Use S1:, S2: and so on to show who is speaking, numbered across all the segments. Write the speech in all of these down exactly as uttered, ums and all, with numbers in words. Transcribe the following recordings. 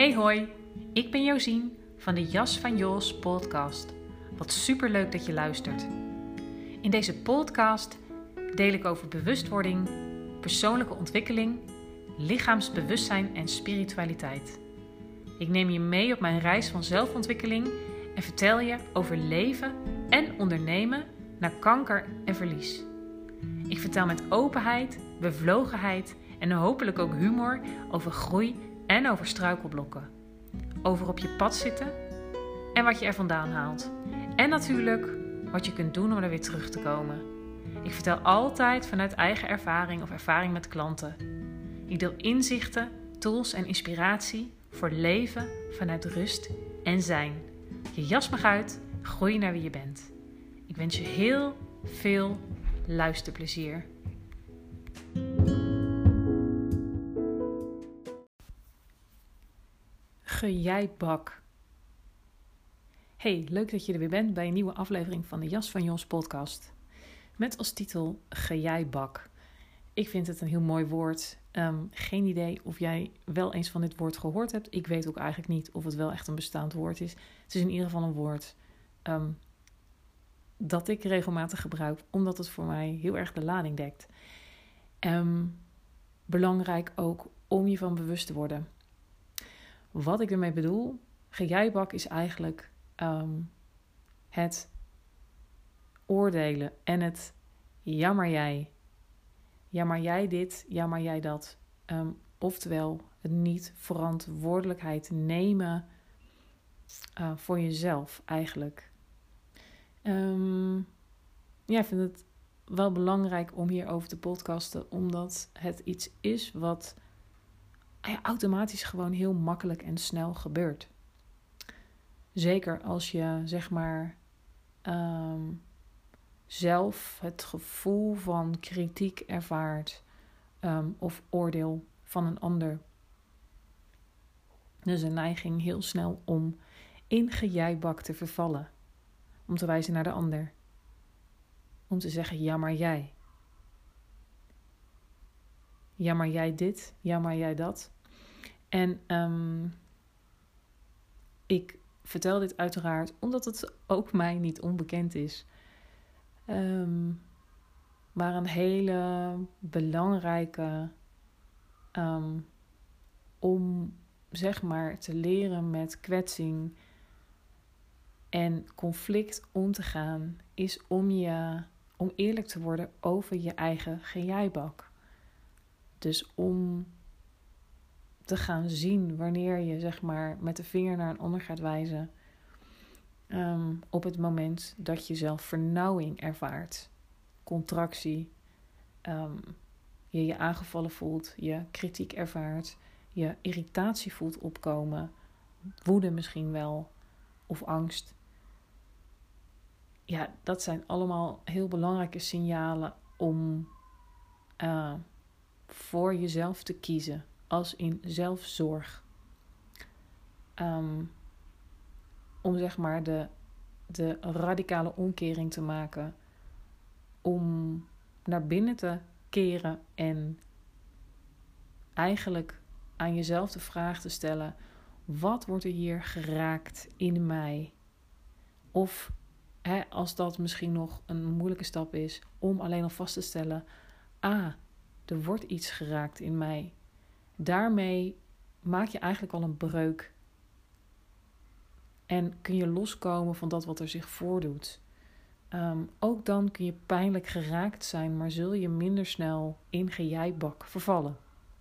S1: Hey hoi, ik ben Josien van de Jas van Jos podcast. Wat superleuk dat je luistert. In deze podcast deel ik over bewustwording, persoonlijke ontwikkeling, lichaamsbewustzijn en spiritualiteit. Ik neem je mee op mijn reis van zelfontwikkeling en vertel je over leven en ondernemen na kanker en verlies. Ik vertel met openheid, bevlogenheid en hopelijk ook humor over groei en over struikelblokken. Over op je pad zitten en wat je er vandaan haalt. En natuurlijk wat je kunt doen om er weer terug te komen. Ik vertel altijd vanuit eigen ervaring of ervaring met klanten. Ik deel inzichten, tools en inspiratie voor leven vanuit rust en zijn. Je jas mag uit, groei naar wie je bent. Ik wens je heel veel luisterplezier. Gejijbak. Hey, leuk dat je er weer bent bij een nieuwe aflevering van de Jas van Jos podcast. Met als titel Gejijbak. Ik vind het een heel mooi woord. Um, geen idee of jij wel eens van dit woord gehoord hebt. Ik weet ook eigenlijk niet of het wel echt een bestaand woord is. Het is in ieder geval een woord um, dat ik regelmatig gebruik, omdat het voor mij heel erg de lading dekt. Um, belangrijk ook om je van bewust te worden. Wat ik ermee bedoel, gejijbak is eigenlijk um, het oordelen en het ja maar jij. Ja maar jij dit, ja maar jij dat. Um, oftewel het niet verantwoordelijkheid nemen uh, voor jezelf eigenlijk. Um, ja, ik vind het wel belangrijk om hierover te podcasten, omdat het iets is wat ja, automatisch gewoon heel makkelijk en snel gebeurt. Zeker als je zeg maar um, zelf het gevoel van kritiek ervaart um, of oordeel van een ander. Dus een neiging heel snel om in gejijbak te vervallen. Om te wijzen naar de ander. Om te zeggen, ja maar jij. Ja maar jij dit, ja maar jij dat. En um, ik vertel dit uiteraard omdat het ook mij niet onbekend is. Um, maar een hele belangrijke um, om zeg maar te leren met kwetsing en conflict om te gaan, is om je om eerlijk te worden over je eigen gejijbak. Dus om te gaan zien wanneer je zeg maar met de vinger naar een ander gaat wijzen. Um, op het moment dat je zelf vernauwing ervaart. Contractie. Um, je je aangevallen voelt. Je kritiek ervaart. Je irritatie voelt opkomen. Woede misschien wel. Of angst. Ja, dat zijn allemaal heel belangrijke signalen om uh, voor jezelf te kiezen. Als in zelfzorg. Um, om zeg maar de, de radicale omkering te maken. Om naar binnen te keren en eigenlijk aan jezelf de vraag te stellen: wat wordt er hier geraakt in mij? Of hè, als dat misschien nog een moeilijke stap is, om alleen al vast te stellen: ah, er wordt iets geraakt in mij. Daarmee maak je eigenlijk al een breuk. En kun je loskomen van dat wat er zich voordoet. Um, ook dan kun je pijnlijk geraakt zijn, maar zul je minder snel in gejijbak vervallen.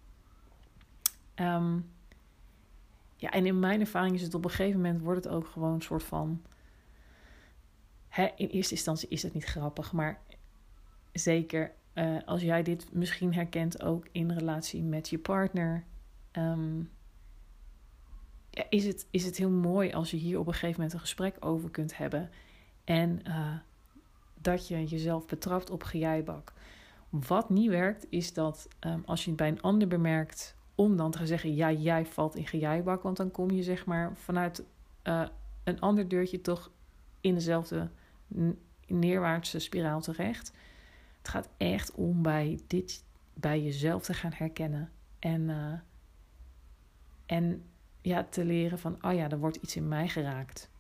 S1: Um, ja, en in mijn ervaring is het op een gegeven moment wordt het ook gewoon een soort van. Hè, in eerste instantie is het niet grappig, maar zeker uh, als jij dit misschien herkent ook in relatie met je partner. Um, Ja, is het, is het heel mooi als je hier op een gegeven moment een gesprek over kunt hebben. En uh, dat je jezelf betrapt op gejijbak. Wat niet werkt is dat um, als je het bij een ander bemerkt, om dan te gaan zeggen, ja, jij valt in gejijbak. Want dan kom je zeg maar vanuit uh, een ander deurtje toch in dezelfde neerwaartse spiraal terecht. Het gaat echt om bij dit bij jezelf te gaan herkennen. En, uh, en ja, te leren van, oh ja, er wordt iets in mij geraakt.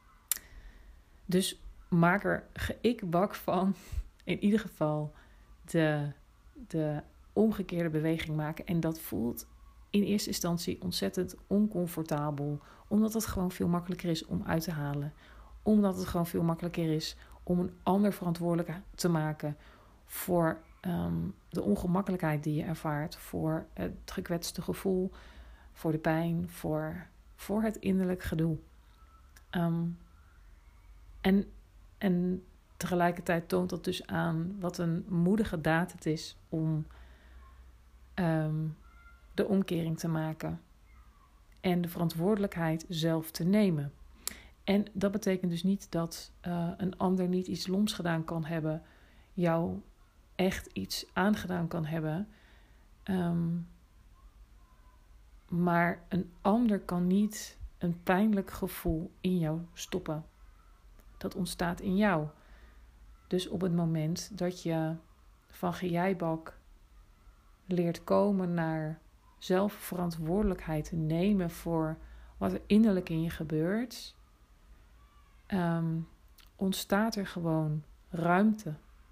S1: Dus maak er geikbak van, in ieder geval de, de omgekeerde beweging maken. En dat voelt in eerste instantie ontzettend oncomfortabel, omdat het gewoon veel makkelijker is om uit te halen. Omdat het gewoon veel makkelijker is om een ander verantwoordelijk te maken voor um, de ongemakkelijkheid die je ervaart, voor het gekwetste gevoel, voor de pijn, voor, voor het innerlijk gedoe. Um, en, en tegelijkertijd toont dat dus aan wat een moedige daad het is om um, de omkering te maken en de verantwoordelijkheid zelf te nemen. En dat betekent dus niet dat uh, een ander niet iets loms gedaan kan hebben, jou echt iets aangedaan kan hebben. Um, maar een ander kan niet een pijnlijk gevoel in jou stoppen. Dat ontstaat in jou. Dus op het moment dat je van geijbak leert komen naar zelfverantwoordelijkheid nemen voor wat er innerlijk in je gebeurt, um, ontstaat er gewoon ruimte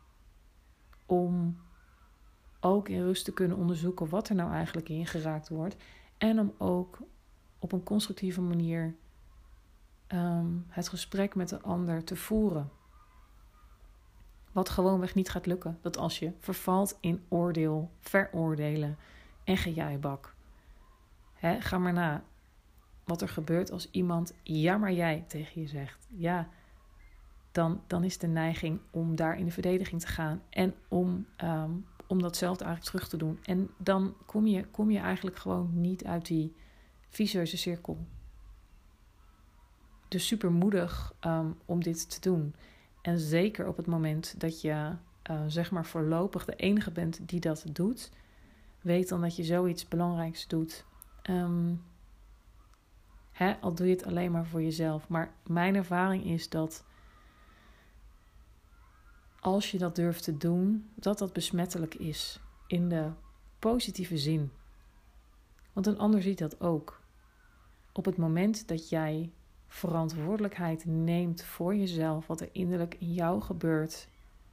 S1: om ook in rust te kunnen onderzoeken wat er nou eigenlijk in geraakt wordt. En om ook op een constructieve manier um, het gesprek met de ander te voeren. Wat gewoonweg niet gaat lukken. Dat als je vervalt in oordeel, veroordelen en geijbak. Hè, ga maar na wat er gebeurt als iemand ja maar jij tegen je zegt. Ja, dan, dan is de neiging om daar in de verdediging te gaan. En om, um, om datzelfde eigenlijk terug te doen. En dan kom je, kom je eigenlijk gewoon niet uit die vicieuze cirkel. Dus super moedig um, om dit te doen. En zeker op het moment dat je uh, zeg maar voorlopig de enige bent die dat doet. Weet dan dat je zoiets belangrijks doet. Um, hè, al doe je het alleen maar voor jezelf. Maar mijn ervaring is dat als je dat durft te doen, dat dat besmettelijk is. In de positieve zin. Want een ander ziet dat ook. Op het moment dat jij verantwoordelijkheid neemt voor jezelf, wat er innerlijk in jou gebeurt,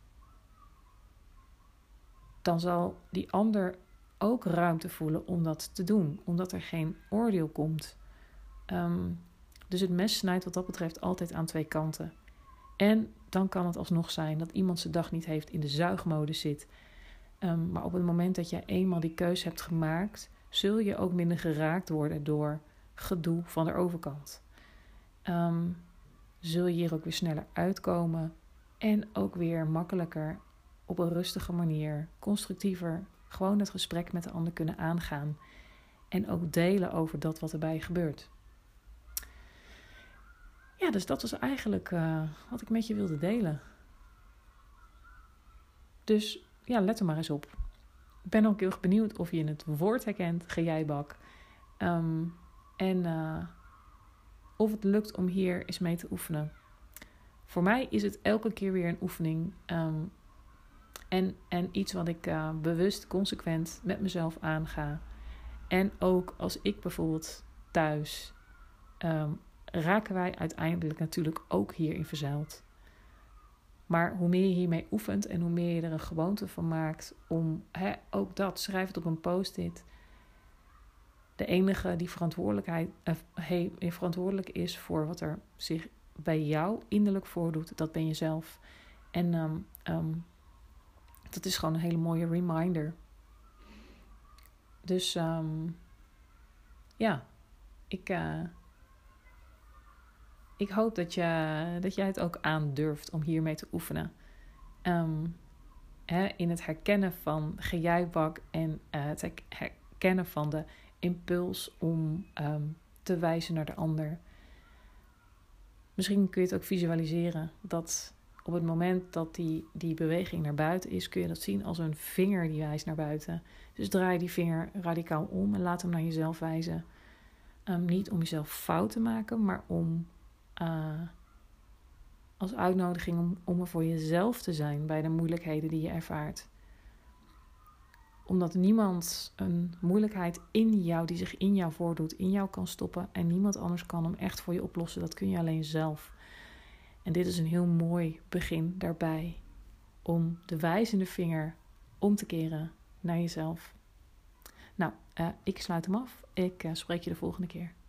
S1: dan zal die ander ook ruimte voelen om dat te doen, omdat er geen oordeel komt. Um, dus het mes snijdt wat dat betreft altijd aan twee kanten. En dan kan het alsnog zijn dat iemand zijn dag niet heeft, in de zuigmodus zit. Um, maar op het moment dat jij eenmaal die keus hebt gemaakt, zul je ook minder geraakt worden door gedoe van de overkant. Um, zul je hier ook weer sneller uitkomen en ook weer makkelijker op een rustige manier, constructiever, gewoon het gesprek met de ander kunnen aangaan en ook delen over dat wat erbij gebeurt. Ja, dus dat was eigenlijk uh, wat ik met je wilde delen. Dus ja, let er maar eens op. Ik ben ook heel erg benieuwd of je het woord herkent, geijbak. Um, en uh, of het lukt om hier eens mee te oefenen. Voor mij is het elke keer weer een oefening. Um, en, en iets wat ik uh, bewust, consequent met mezelf aanga. En ook als ik bijvoorbeeld thuis, um, raken wij uiteindelijk natuurlijk ook hierin verzeild. Maar hoe meer je hiermee oefent en hoe meer je er een gewoonte van maakt om, hè, ook dat, schrijf het op een post-it. De enige die verantwoordelijkheid, uh, hey, verantwoordelijk is voor wat er zich bij jou innerlijk voordoet, dat ben je zelf. En um, um, dat is gewoon een hele mooie reminder. Dus um, ja, ik, uh, ik hoop dat, je, dat jij het ook aandurft om hiermee te oefenen. Um, hè, in het herkennen van geijbak en uh, het herkennen van de impuls om um, te wijzen naar de ander. Misschien kun je het ook visualiseren dat op het moment dat die, die beweging naar buiten is, kun je dat zien als een vinger die wijst naar buiten. Dus draai die vinger radicaal om en laat hem naar jezelf wijzen. Um, niet om jezelf fout te maken, maar om uh, als uitnodiging om, om er voor jezelf te zijn bij de moeilijkheden die je ervaart.
S2: Omdat niemand een moeilijkheid in jou, die zich in jou voordoet, in jou kan stoppen. En niemand anders kan hem echt voor je oplossen. Dat kun je alleen zelf. En dit is een heel mooi begin daarbij. Om de wijzende vinger om te keren naar jezelf. Nou, uh, ik sluit hem af. Ik uh, spreek je de volgende keer.